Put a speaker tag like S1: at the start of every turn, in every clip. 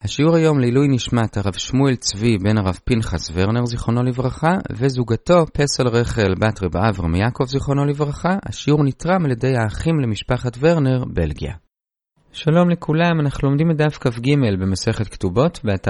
S1: השיעור היום לעילוי נשמת הרב שמואל צבי בן הרב פנחס ורנר זיכרונו לברכה וזוגתו פסל רחל בת רב אברהם יעקב זיכרונו לברכה. השיעור נתרם על ידי האחים למשפחת ורנר, בלגיה. שלום לכולם, אנחנו לומדים את דף כ"ג במסכת כתובות באתר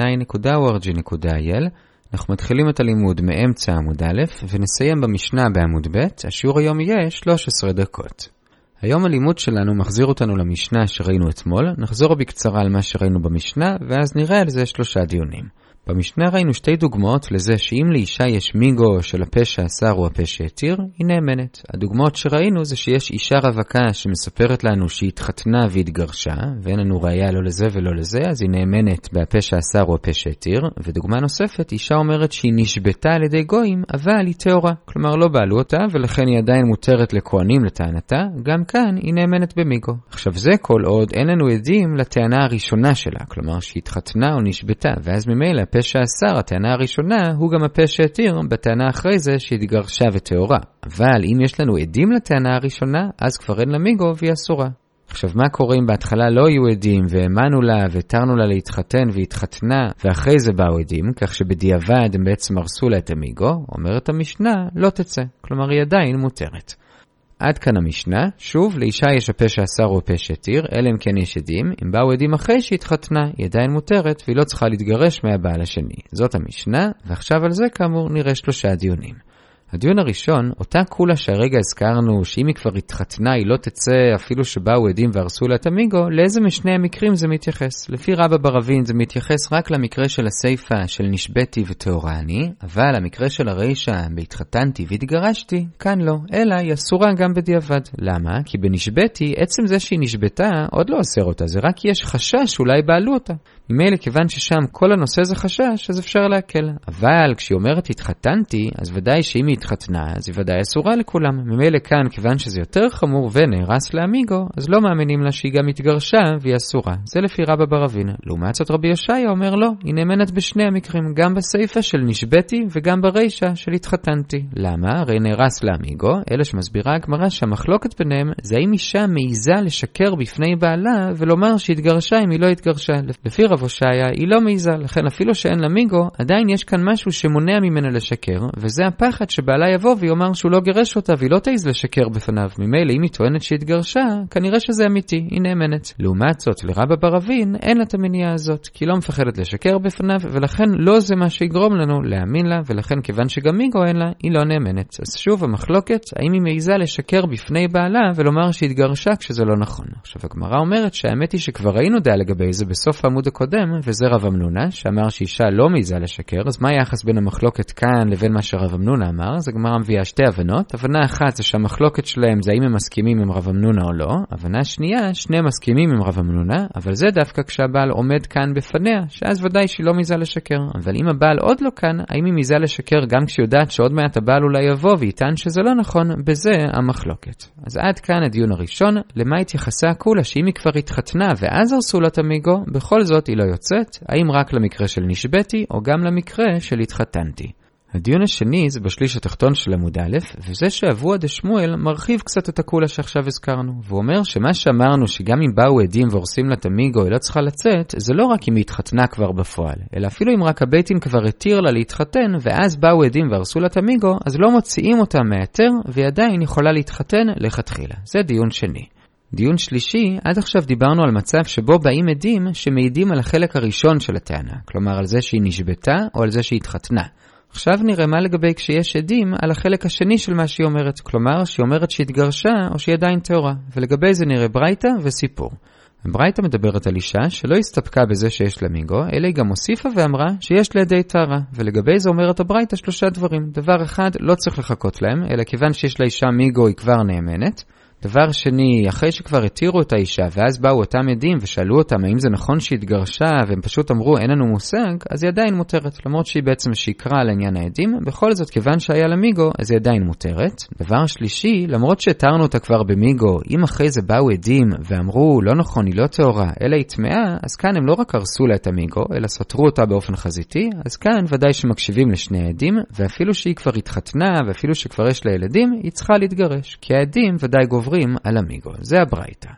S1: sinai.org.il. אנחנו מתחילים את הלימוד מאמצע עמוד א' ונסיים במשנה בעמוד ב'. השיעור היום יהיה 13 דקות. היום הלימוד שלנו מחזיר אותנו למשנה שראינו אתמול. נחזור בקצרה על מה שראינו במשנה ואז נראה על זה 3 דיונים. במשנה ראינו 2 דוגמאות לזה שאם לאישה יש מיגו של הפה שאסר או הפה שהתיר, היא נאמנת. הדוגמאות שראינו זה שיש אישה רווקה שמספרת לנו שהיא התחתנה והתגרשה, ואין לנו ראייה לא לזה ולא לזה, אז היא נאמנת בהפה שאסר או הפה שהתיר. ודוגמה נוספת, אישה אומרת שהיא נשבתה על ידי גויים, אבל היא טהורה. כלומר לא בעלו אותה, ולכן היא עדיין מותרת לכהנים לטענתה, גם כאן היא נאמנת במיגו. עכשיו זה כל עוד אין לנו עדים לטענה הראשונה שלה, כלומר שהיא התחתנה או נשבתה, ואז ממילא הפה שאסר, הטענה הראשונה, הוא גם הפה שהתיר בטענה אחרי זה שהתגרשה וטהורה. אבל אם יש לנו עדים לטענה הראשונה, אז כבר אין לה מיגו והיא אסורה. עכשיו מה קורה אם בהתחלה לא היו עדים והאמנו לה ותרנו לה להתחתן והתחתנה ואחרי זה באו עדים, כך שבדיעבד הם בעצם הרסו לה את המיגו? אומרת המשנה, לא תצא. כלומר היא עדיין מותרת. עד כאן המשנה. שוב, לאישה יש הפה שאסר או הפה שהתיר, אלא אם כן יש עדים. אם באו עדים אחרי שהתחתנה, היא עדיין מותרת והיא לא צריכה להתגרש מהבעל השני. זאת המשנה, ועכשיו על זה כאמור נראה 3 דיונים. הדיון הראשון, אותה כולה שהרגע הזכרנו שאם היא כבר התחתנה היא לא תצא אפילו שבאו עדים והרסו לה את המיגו, לאיזה משני המקרים זה מתייחס? לפי רבא ברבין זה מתייחס רק למקרה של הסיפה של נשבתי וטהורה אני, אבל המקרה של הרישה בהתחתנתי והתגרשתי, כאן לא, אלא היא אסורה גם בדיעבד. למה? כי בנשבתי, עצם זה שהיא נשבתה עוד לא אסר אותה, זה רק יש חשש אולי בעלו אותה. ממילא כיוון ששם כל הנושא זה חשש, אז אפשר להקל. אבל כשהיא אומרת התחתנתי, אז ודאי שאם היא התחתנה, אז היא ודאי אסורה לכולם. ממילא כאן, כיוון שזה יותר חמור ונהרס לאמיגו, אז לא מאמינים לה שהיא גם התגרשה והיא אסורה. זה לפי רבא ברבין. לעומת זאת רבי ישעיה אומר לא, היא נאמנת בשני המקרים, גם בסיפה של נשבתי וגם ברישה של התחתנתי. למה? הרי נהרס לאמיגו, אלא שמסבירה הגמרא שהמחלוקת ביניהם זה האם אישה מעיזה לשקר בפני בעלה ולומר שהתגרשה אם היא לא התגרשה. לפי רב הושעיה היא לא מעיזה, לכן אפילו שאין לה מיגו, עדיין יש כאן משהו שמונע ממנה לשקר, וזה הפחד שבעלה יבוא ויאמר שהוא לא גרש אותה והיא לא תעיז לשקר בפניו. ממילא אם היא טוענת שהתגרשה, כנראה שזה אמיתי, היא נאמנת. לעומת זאת לרבא ברבין אין לה את המניעה הזאת, כי היא לא מפחדת לשקר בפניו, ולכן לא זה מה שיגרום לנו להאמין לה, ולכן כיוון שגם מיגו אין לה, היא לא נאמנת. אז שוב המחלוקת, האם היא מעיזה לשקר בפני בעלה ולומר שהתגרשה כשזה לא נכון. עכשיו הגמרא אומרת שהאמת היא שכבר ראינו דעה לגבי זה בסוף העמוד הקודם, וזה רב אמנונה שאמר שאישה לא מעיזה לשקר. אז מה היחס בין המחלוקת כאן לבין מה שרב אמנונה אמר? אז הגמרא מביאה 2 הבנות. הבנה אחת זה שהמחלוקת שלהם זה האם הם מסכימים עם רב אמנונה או לא. הבנה שנייה, שני מסכימים עם רב אמנונה, אבל זה דווקא כשהבעל עומד כאן בפניה, שאז ודאי שהיא לא מעיזה לשקר. אבל אם הבעל עוד לא כאן, האם היא מעיזה לשקר גם כשיודעת שעוד מעט הבעל אולי יבוא ויטען שזה לא נכון? בזה המחלוקת. אז עד כאן הדיון הראשון. למה התייחסה כולה שאם היא כבר התחתנה ואז הרסו לה את המיגו, בכל זאת היא לא יוצאת, האם רק למקרה של נשבתי או גם למקרה של התחתנתי. הדיון השני זה בשליש התחתון של עמוד א', וזה שאבוה דשמואל מרחיב קצת את הכולה שעכשיו הזכרנו, והוא אומר שמה שאמרנו שגם אם באו עדים והורסים לה את המיגו היא לא צריכה לצאת, זה לא רק אם היא התחתנה כבר בפועל, אלא אפילו אם רק הבית דין כבר התיר לה להתחתן ואז באו עדים והרסו לה את המיגו, אז לא מוציאים אותה מהיתר והיא עדיין יכולה להתחתן לכתחילה. זה דיון שני. דיון שלישי, עד עכשיו דיברנו על מצב שבו באים עדים שמעידים על החלק הראשון של הטענה, כלומר על זה שהיא נשבתה או על זה שהיא התחתנה. עכשיו נראה מה לגבי כשיש עדים על החלק השני של מה שהיא אומרת, כלומר שהיא אומרת שהיא התגרשה או שהיא עדיין טהורה, ולגבי זה נראה ברייתא וסיפור. ברייתא מדברת על אישה שלא הסתפקה בזה שיש לה מיגו, אלא היא גם הוסיפה ואמרה שיש לה ידי טהרה, ולגבי זה אומרת הברייתא 3 דברים. דבר אחד, לא צריך לחכות להם, אלא כיוון שיש לה אישה מיגו היא כבר נאמנת. דבר שני, אחרי שכבר התירו את האישה ואז באו אותם עדים ושאלו אותם האם זה נכון שהיא התגרשה והם פשוט אמרו אין לנו מושג, אז היא עדיין מותרת, למרות שהיא בעצם שיקרה על עניין העדים. בכל זאת כיוון שהיה לה מיגו אז היא עדיין מותרת. דבר שלישי, למרות שהתרנו אותה כבר במיגו, אם אחרי זה באו עדים ואמרו לא נכון היא לא טהורה אלא היא טמאה, אז כאן הם לא רק הרסו לה את המיגו אלא סתרו אותה באופן חזיתי. אז כאן ודאי שמקשיבים לשני העדים, ואפילו שהיא כבר התחתנה ואפילו שכבר יש לה ילדים היא צריכה להתגרש, כי העדים ודאי גוברים על המיגו. זה הברייתא.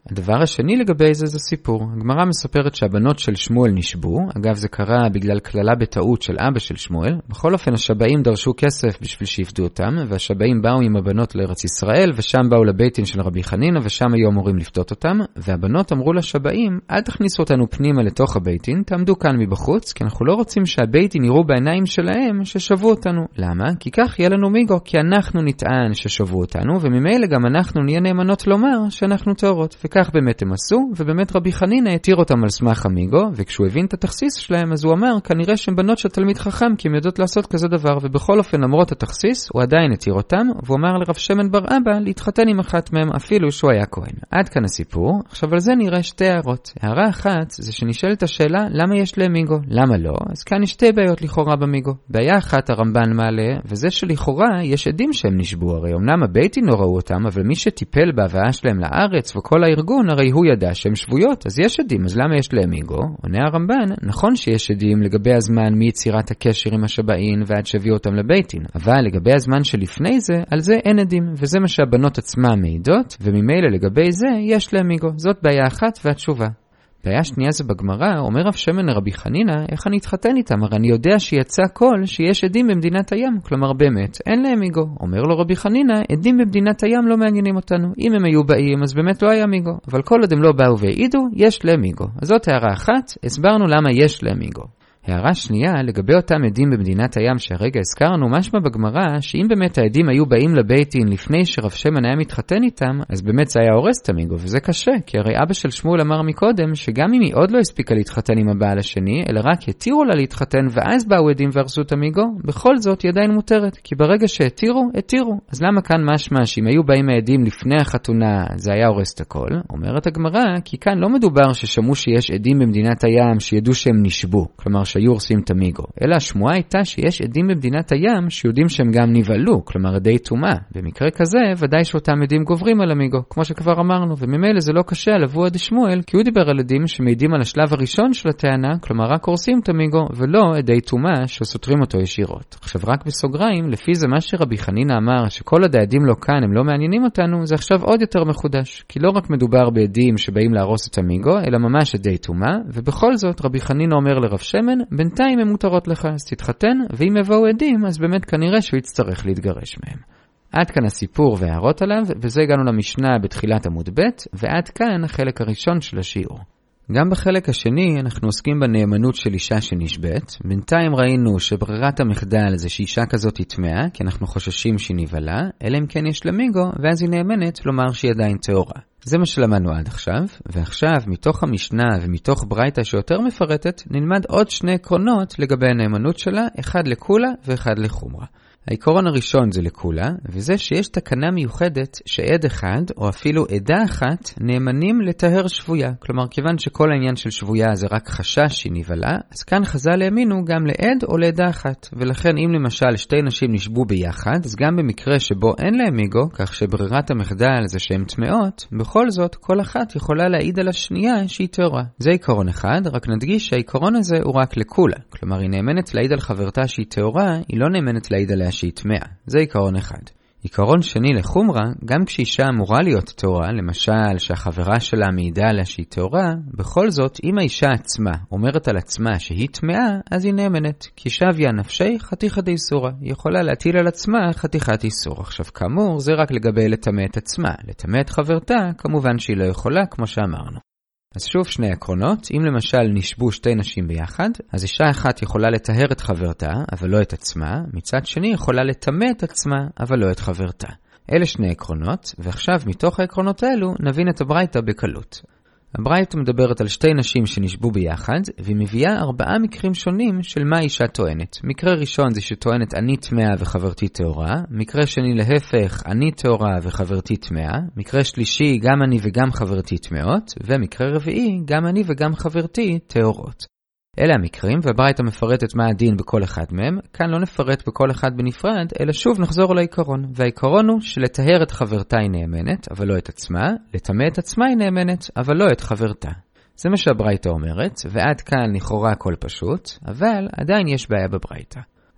S1: הדבר השני לגבי זה סיפור. הגמרא מספרת שהבנות של שמואל נשבו, אגב זה קרה בגלל כללה בטעות של אבא של שמואל, בכל אופן השבאים דרשו כסף בשביל שיפדו אותם, והשבאים באו עם הבנות לארץ ישראל, ושם באו לבית דין של רבי חנינא, ושם היו אמורים לפדות אותם, והבנות אמרו לשבאים, אל תכניסו אותנו פנימה לתוך הבית דין, תעמדו כאן מבחוץ, כי אנחנו לא רוצים שהבית דין יראו בעיניים שלהם ששבו אותנו. למה? כי כך יהיה לנו מיגו, כי אנחנו נטען ששבו אותנו, וממילא גם אנחנו נהיה נאמנות לומר שאנחנו טהורות. וכך באמת הם עשו, ובאמת רבי חנינא התיר אותם על סמך המיגו, וכשהוא הבין את התכסיס שלהם, אז הוא אמר, כנראה שהן בנות של תלמיד חכם, כי הם יודעות לעשות כזה דבר, ובכל אופן למרות התכסיס, הוא עדיין התיר אותם, והוא אמר לרב שמן בר אבא להתחתן עם אחת מהם, אפילו שהוא היה כהן. עד כאן הסיפור. עכשיו על זה נראה שתי הערות. הערה אחת, זה שנשאלת השאלה, למה יש להם מיגו? למה לא? אז כאן יש שתי בעיות לכאורה במיגו. בעיה אחת הרמב"ן מעלה, וזה שלכאורה יש עדים שהם נשבו, הרי אמנם הבית דין לא ראו אותם, אבל מי שטיפל בהבאה שלהם לארץ וכל הארגון, הרי הוא ידע שהם שבויות, אז יש עדים, אז למה יש להם מיגו? עונה הרמב"ן, נכון שיש עדים לגבי הזמן מיצירת הקשר עם השבאים ועד שהביאו אותם לבית דין, אבל לגבי הזמן שלפני זה, על זה אין עדים, וזה מה שהבנות עצמם מעידות, וממילא לגבי זה יש להם מיגו. זאת בעיה אחת והתשובה. בעיה שנייה זה בגמרא, אומר רב שמן לרבי חנינא, איך אני אתחתן איתם? הרי אני יודע שיצא קול שיש עדים במדינת הים, כלומר באמת אין להם מיגו. אומר לו רבי חנינא, עדים במדינת הים לא מעניינים אותנו, אם הם היו באים אז באמת לא היה מיגו, אבל כל עוד הם לא באו והעידו, יש להם מיגו. אז זאת הערה אחת, הסברנו למה יש להם מיגו. הערה שנייה, לגבי אותם עדים במדינת הים שהרגע הזכרנו, משמע בגמרא שאם באמת העדים היו באים לבית דין לפני שרב שמן היה מתחתן איתם, אז באמת זה היה הורס את המיגו, וזה קשה, כי הרי אבא של שמואל אמר מקודם שגם אם היא עוד לא הספיקה להתחתן עם הבעל השני, אלא רק התירו לה להתחתן ואז באו עדים והרסו את המיגו, בכל זאת היא עדיין מותרת, כי ברגע שהתירו, התירו. אז למה כאן משמע שאם היו באים העדים לפני החתונה זה היה הורס את הכל? אומרת הגמרא, כי כאן לא מדובר ששמעו שיש עדים במדינת הים שידעו שהם נשבו, כלומר שהיו הורסים את המיגו, אלא השמועה הייתה שיש עדים במדינת הים שיודעים שהם גם נבהלו, כלומר עדי טומאה. במקרה כזה ודאי שאותם עדים גוברים על המיגו, כמו שכבר אמרנו, וממילא זה לא קשה לבוא עד שמואל, כי הוא דיבר על עדים שמעידים על השלב הראשון של הטענה, כלומר רק הורסים את המיגו, ולא עדי טומאה שסותרים אותו ישירות. עכשיו רק בסוגריים, לפי זה מה שרבי חנינא אמר, שכל עוד העדים לא כאן הם לא מעניינים אותנו, זה עכשיו עוד יותר מחודש, כי לא רק מדובר בעדים שבאים להרוס את המיגו, אלא ממש עדי טומאה, ובכל זאת רבי חנינא אומר לרב שמן, בינתיים הם מותרות לך, אז תתחתן, ואם יבואו עדים, אז באמת כנראה שהוא יצטרך להתגרש מהם. עד כאן הסיפור והערות עליו, וזה הגענו למשנה בתחילת עמוד ב', ועד כאן החלק הראשון של השיעור. גם בחלק השני אנחנו עוסקים בנאמנות של אישה שנשבית. בינתיים ראינו שברירת המחדל זה שאישה כזאת תטמאה, כי אנחנו חוששים שהיא נבלה, אלא אם כן יש לה מיגו, ואז היא נאמנת לומר שהיא עדיין טהורה. זה מה שלמדנו עד עכשיו, ועכשיו מתוך המשנה ומתוך ברייתא שיותר מפרטת, נלמד עוד שני עקרונות לגבי הנאמנות שלה, אחד לקולה ואחד לחומרה. העיקרון הראשון זה לקולה, וזה שיש תקנה מיוחדת שעד אחד, או אפילו עדה אחת, נאמנים לטהר שבויה. כלומר, כיוון שכל העניין של שבויה זה רק חשש שהיא נבלה, אז כאן חז"ל האמינו גם לעד או לעדה אחת. ולכן אם למשל שתי נשים נשבו ביחד, אז גם במקרה שבו אין להם מיגו, כך שברירת המחדל זה שהן טמאות, בכל זאת כל אחת יכולה להעיד על השנייה שהיא טהורה. זה עיקרון אחד, רק נדגיש שהעיקרון הזה הוא רק לקולה. כלומר, היא נאמנת להעיד על חברתה שהיא טהורה, היא לא נאמנת להעיד עליה שהיא טמאה. זה עיקרון אחד. עיקרון שני לחומרה, גם כשאישה אמורה להיות טהורה, למשל שהחברה שלה מעידה עליה שהיא טהורה, בכל זאת, אם האישה עצמה אומרת על עצמה שהיא טמאה, אז היא נאמנת. כי שביה נפשי חתיכא דאיסורא. היא יכולה להטיל על עצמה חתיכת איסור. עכשיו, כאמור, זה רק לגבי לטמא את עצמה. לטמא את חברתה, כמובן שהיא לא יכולה, כמו שאמרנו. אז שוב שני עקרונות, אם למשל נשבו שתי נשים ביחד, אז אישה אחת יכולה לטהר את חברתה, אבל לא את עצמה, מצד שני יכולה לטמא את עצמה, אבל לא את חברתה. אלה שני עקרונות, ועכשיו מתוך העקרונות האלו נבין את הברייתא בקלות. הברייתא מדברת על שתי נשים שנשבו ביחד, והיא מביאה 4 מקרים שונים של מה אישה טוענת. מקרה ראשון זה שטוענת אני טמאה וחברתי טהורה, מקרה שני להפך אני טהורה וחברתי טמאה, מקרה שלישי גם אני וגם חברתי טמאות, ומקרה רביעי גם אני וגם חברתי טהורות. אלה המקרים, והברייתא מפרטת מה הדין בכל אחד מהם. כאן לא נפרט בכל אחד בנפרד, אלא שוב נחזור לעיקרון. והעיקרון הוא שלטהר את חברתה היא נאמנת, אבל לא את עצמה, לטמא את עצמה היא נאמנת, אבל לא את חברתה. זה מה שהברייתא אומרת, ועד כאן לכאורה הכל פשוט, אבל עדיין יש בעיה בברייתא.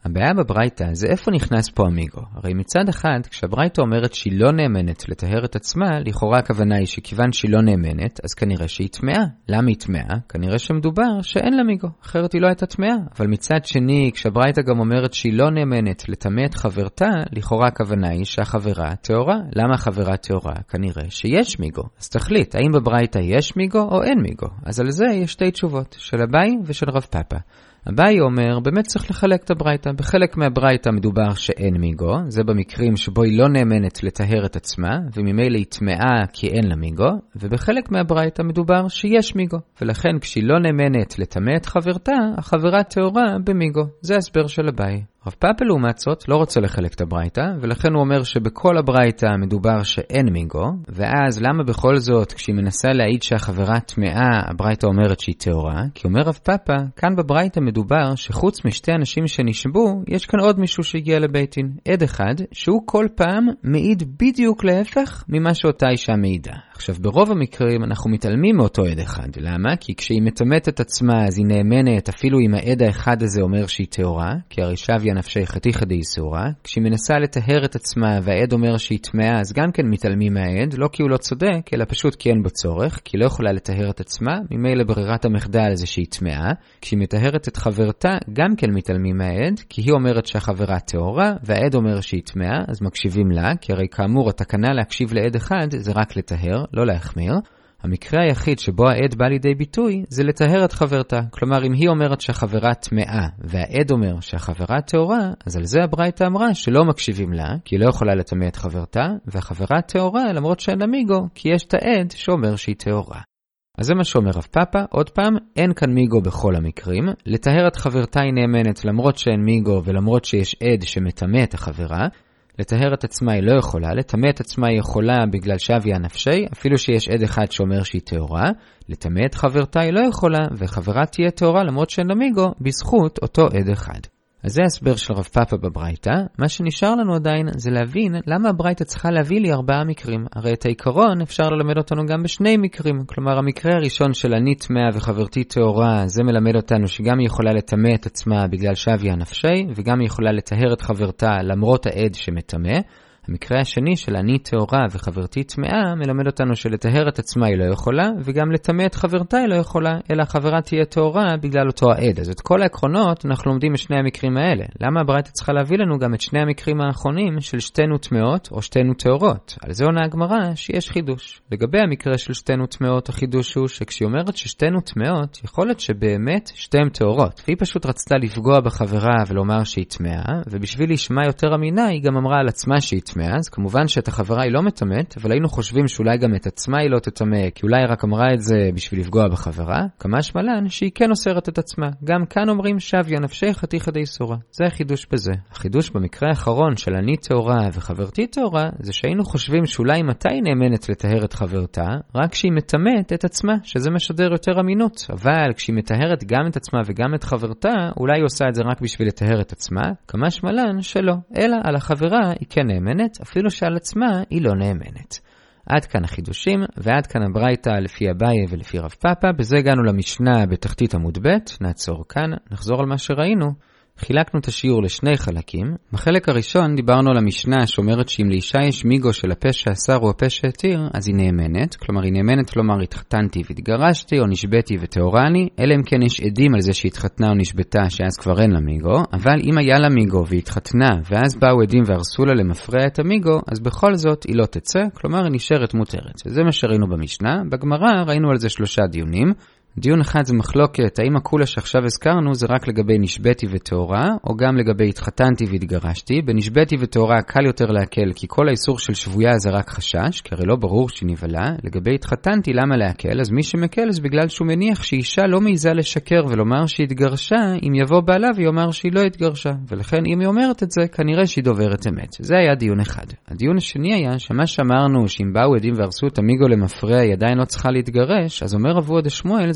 S1: הבעיה בברייתא זה איפה נכנס פה אמיגו. הרי מצד אחד, כשהברייתא אומרת שהיא לא נאמנת לטהר את עצמה, לכאורה הכוונה היא שכיוון שהיא לא נאמנת, אז כנראה שהיא טמאה. למה היא טמאה? כנראה שמדובר שאין לה מיגו, אחרת היא לא הייתה טמאה. אבל מצד שני, כשהברייתא גם אומרת שהיא לא נאמנת לטמא את חברתה, לכאורה הכוונה היא שהחברה טהורה. למה החברה טהורה? כנראה שיש מיגו. אז תחליט, האם בברייתא יש מיגו או אין מיגו? אז על זה יש שתי תשובות, של אביי ושל רב פאפא. אביי אומר, באמת צריך לחלק את הברייתא. בחלק מהברייתא מדובר שאין מיגו, זה במקרים שבו היא לא נאמנת לטהר את עצמה, וממילא היא טמאה כי אין לה מיגו, ובחלק מהברייתא מדובר שיש מיגו. ולכן כשהיא לא נאמנת לטמא את חברתה, החברה טהורה במיגו. זה ההסבר של אביי. רב פאפא לעומת זאת לא רוצה לחלק את הברייתא, ולכן הוא אומר שבכל הברייתא מדובר שאין מיגו, ואז למה בכל זאת כשהיא מנסה להעיד שהחברה טמאה, הברייתא אומרת שהיא טהורה? כי אומר רב פאפא, כאן בברייתא מדובר שחוץ משתי אנשים שנשבו, יש כאן עוד מישהו שהגיע לבית דין, עד אחד, שהוא כל פעם מעיד בדיוק להפך ממה שאותה אישה מעידה. עכשיו ברוב המקרים אנחנו מתעלמים מאותו עד אחד. למה? כי כשהיא מטמאת את עצמה אז היא נאמנת אפילו אם העד האחד הזה אומר שהיא טהורה, כי הרי שביה נפשי חתיכא דאיסורא. כשהיא מנסה לטהר את עצמה והעד אומר שהיא טמאה, אז גם כן מתעלמים מהעד, לא כי הוא לא צודק, אלא פשוט כי אין בו צורך, כי לא יכולה לטהר את עצמה, ממילא ברירת המחדל זה שהיא טמאה. כשהיא מטהרת את חברתה, גם כן מתעלמים מהעד, כי היא אומרת שהחברה טהורה, והעד אומר שהיא טמאה, אז מקשיבים לה, כי הרי כאמור התקנה להקשיב לעד אחד זה רק לטהר, לא להחמיר. המקרה היחיד שבו העד בא לידי ביטוי זה לטהר את חברתה. כלומר, אם היא אומרת שהחברה טמאה והעד אומר שהחברה טהורה, אז על זה הברייתא אמרה שלא מקשיבים לה, כי היא לא יכולה לטמא את חברתה, והחברה טהורה למרות שאין לה מיגו, כי יש את העד שאומר שהיא טהורה. אז זה מה שאומר רב פאפא. עוד פעם, אין כאן מיגו בכל המקרים. לטהר את חברתה היא נאמנת למרות שאין מיגו ולמרות שיש עד שמטמא את החברה. לטהר את עצמה היא לא יכולה, לטמא את עצמה היא יכולה בגלל שביה נפשי, אפילו שיש עד אחד שאומר שהיא טהורה. לטמא את חברתה היא לא יכולה, וחברה תהיה טהורה למרות שאין לה מיגו, בזכות אותו עד אחד. אז זה ההסבר של רב פאפא בברייתא. מה שנשאר לנו עדיין זה להבין למה הברייתא צריכה להביא לי 4 מקרים. הרי את העיקרון אפשר ללמד אותנו גם בשני מקרים. כלומר, המקרה הראשון של אני טמאה וחברתי טהורה, זה מלמד אותנו שגם היא יכולה לטמא את עצמה בגלל שביה נפשי, וגם היא יכולה לטהר את חברתה למרות העד שמטמא. המקרה השני של אני טהורה וחברתי טמאה מלמד אותנו שלטהר את עצמה היא לא יכולה, וגם לטמא את חברתה היא לא יכולה, אלא החברה תהיה טהורה בגלל אותו העד. אז את כל העקרונות אנחנו לומדים משני המקרים האלה. למה הברייתא צריכה להביא לנו גם את שני המקרים האחרונים של שתינו טמאות או שתינו טהורות? על זה עונה הגמרא שיש חידוש. לגבי המקרה של שתינו טמאות, החידוש הוא שכשהיא אומרת ששתינו טמאות, יכול להיות שבאמת שתיהן טהורות. והיא פשוט רצתה לפגוע בחברה ולומר שהיא טמאה, ובשביל לשמה יותר אמינה היא גם אמרה על עצמה שהיא טמאה. אז כמובן שאת החברה היא לא מטמאת, אבל היינו חושבים שאולי גם את עצמה היא לא תטמא, כי אולי רק אמרה את זה בשביל לפגוע בחברה. כמשמע לן שהיא כן אוסרת את עצמה. גם כאן אומרים שביה נפשי חתיכא דאיסורא. זה החידוש בזה. החידוש במקרה האחרון של אני טהורה וחברתי טהורה, זה שהיינו חושבים שאולי מתי היא נאמנת לטהר את חברתה, רק כשהיא מטמאת את עצמה, שזה משדר יותר אמינות. אבל כשהיא מטהרת גם את עצמה וגם את חברתה, אולי היא עושה את זה רק בשביל לטהר את עצמה. כמשמע לן שלא, אלא על החברה היא כן נאמנת, אפילו שעל עצמה היא לא נאמנת. עד כאן החידושים, ועד כאן הברייתא לפי אביי ולפי רב פאפא. בזה הגענו למשנה בתחתית עמוד ב'. נעצור כאן, נחזור על מה שראינו. חילקנו את השיעור לשני חלקים. בחלק הראשון דיברנו על המשנה שאומרת שאם לאישה יש מיגו של הפה שאסר או הפה שהתיר, אז היא נאמנת. כלומר, היא נאמנת לומר התחתנתי והתגרשתי או נשבתי וטהורני, אלא אם כן יש עדים על זה שהתחתנה או נשבתה שאז כבר אין לה מיגו. אבל אם היה לה מיגו והתחתנה ואז באו עדים והרסו לה למפרע את המיגו, אז בכל זאת היא לא תצא, כלומר היא נשארת מותרת. זה מה שראינו במשנה. בגמרא ראינו על זה 3 דיונים. דיון אחד זה מחלוקת, האם הכולה שעכשיו הזכרנו זה רק לגבי נשבתי וטהורה, או גם לגבי התחתנתי והתגרשתי. בנשבתי וטהורה קל יותר להקל, כי כל האיסור של שבויה זה רק חשש, כי הרי לא ברור שהיא נבלה. לגבי התחתנתי למה להקל? אז מי שמקל זה בגלל שהוא מניח שאישה לא מעיזה לשקר ולומר שהיא התגרשה, אם יבוא בעלה ויאמר שהיא לא התגרשה. ולכן אם היא אומרת את זה, כנראה שהיא דוברת אמת. זה היה דיון אחד. הדיון השני היה שמה שאמרנו שאם באו עדים והרסו את המיגו למפרע, היא עדיין לא צריכה להתגרש, אז אומר רב עובדיה שמואל,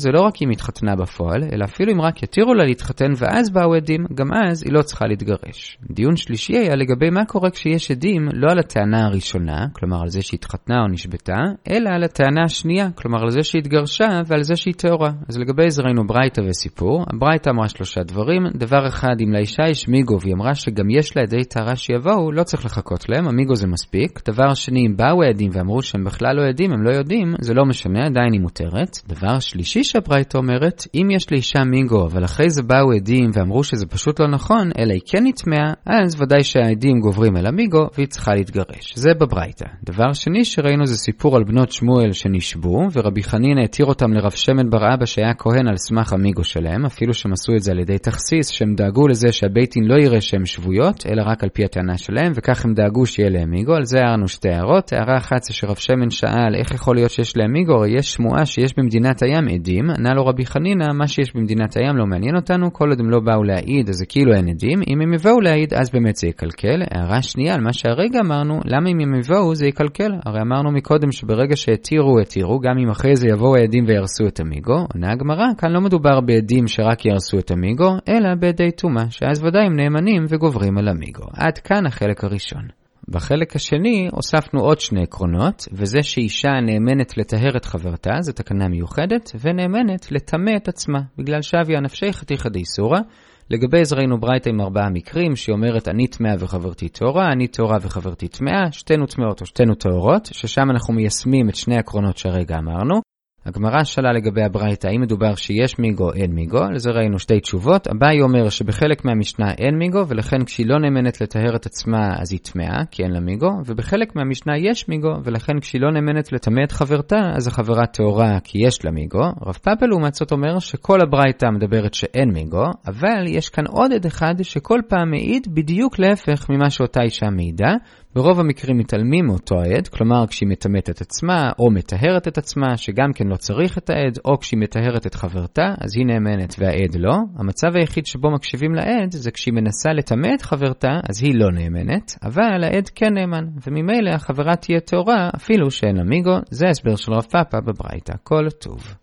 S1: זה לא רק אם התחתנה בפועל, אלא אפילו אם רק יתירו לה להתחתן ואז באו עדים, גם אז היא לא צריכה להתגרש. דיון שלישי היה לגבי מה קורה כשיש עדים לא על הטענה הראשונה, כלומר על זה שהתחתנה או נשבתה, אלא על הטענה השנייה, כלומר על זה שהתגרשה ועל זה שהיא טהורה. אז לגבי זה ראינו ברייתא וסיפור. הברייתא אמרה 3 דברים. דבר אחד, אם לאישה יש מיגו והיא אמרה שגם יש לה עדי טהרה שיבואו, לא צריך לחכות להם, המיגו זה מספיק. דבר שני, אם באו עדים ואמרו שהם בכלל לא עדים, הם לא יודעים, זה לא משנה, עדיין היא מותרת. דבר שלישי שהברייתא אומרת, אם יש לאישה מיגו, אבל אחרי זה באו עדים ואמרו שזה פשוט לא נכון, אלא היא כן נטמעה, אז ודאי שהעדים גוברים אל המיגו והיא צריכה להתגרש. זה בברייתא. דבר שני שראינו זה סיפור על בנות שמואל שנשבו, ורבי חנינא התיר אותם לרב שמן בר אבא שהיה כהן על סמך המיגו שלהם, אפילו שהם עשו את זה על ידי תכסיס, שהם דאגו לזה שהבית דין לא יראה שהם שבויות, אלא רק על פי הטענה שלהם, וכך הם דאגו שיהיה להם מיגו. על זה הערנו 2 הערות. הערה אחת זה שרב שמן שאל איך יכול להיות שיש להם מיגו, הרי יש שמועה שיש במדינת הים עדים. ענה לו רבי חנינא, מה שיש במדינת הים לא מעניין אותנו, כל עוד הם לא באו להעיד, אז זה כאילו אין עדים. אם הם יבואו להעיד, אז באמת זה יקלקל. הערה שנייה, על מה שהרגע אמרנו, למה אם הם יבואו זה יקלקל? הרי אמרנו מקודם שברגע שהתירו, גם אם אחרי זה יבואו העדים וירסו את המיגו. עונה הגמרא, כאן לא מדובר בעדים שרק ירסו את המיגו, אלא בעדי טומאה, שאז ודאי הם נאמנים וגוברים על המיגו. עד כאן החלק הראשון. בחלק השני הוספנו עוד 2 עקרונות, וזה שאישה נאמנת לטהר את חברתה, זו תקנה מיוחדת, ונאמנת לטמא את עצמה, בגלל שביה נפשי חתיכא דאיסורא. לגבי זה ראינו ברייתא עם 4 מקרים, שהיא אומרת אני טמאה וחברתי טהורה, אני טהורה וחברתי טמאה, שתינו טמאות או שתינו טהורות, ששם אנחנו מיישמים את 2 עקרונות שהרגע אמרנו. הגמרא שאלה לגבי הברייתא, האם מדובר שיש מיגו, אין מיגו, לזה ראינו 2 תשובות. אביי אומר שבחלק מהמשנה אין מיגו, ולכן כשהיא לא נאמנת לטהר את עצמה, אז היא טמאה, כי אין לה מיגו, ובחלק מהמשנה יש מיגו, ולכן כשהיא לא נאמנת לטמא את חברתה, אז החברה טהורה כי יש לה מיגו. רב פאפא לעומת זאת אומר שכל הברייתא מדברת שאין מיגו, אבל יש כאן עוד עד אחד שכל פעם מעיד בדיוק להפך ממה שאותה אישה מעידה. ברוב המקרים מתעלמים מאותו העד, כלומר כשהיא מטמאת את עצמה או מטהרת את עצמה, שגם כן לא צריך את העד, או כשהיא מטהרת את חברתה, אז היא נאמנת והעד לא. המצב היחיד שבו מקשיבים לעד זה כשהיא מנסה לטמא את חברתה, אז היא לא נאמנת, אבל העד כן נאמן, וממילא החברה תהיה טהורה אפילו שאין לה מיגו. זה הסבר של רב פאפא בברייתא. כל טוב.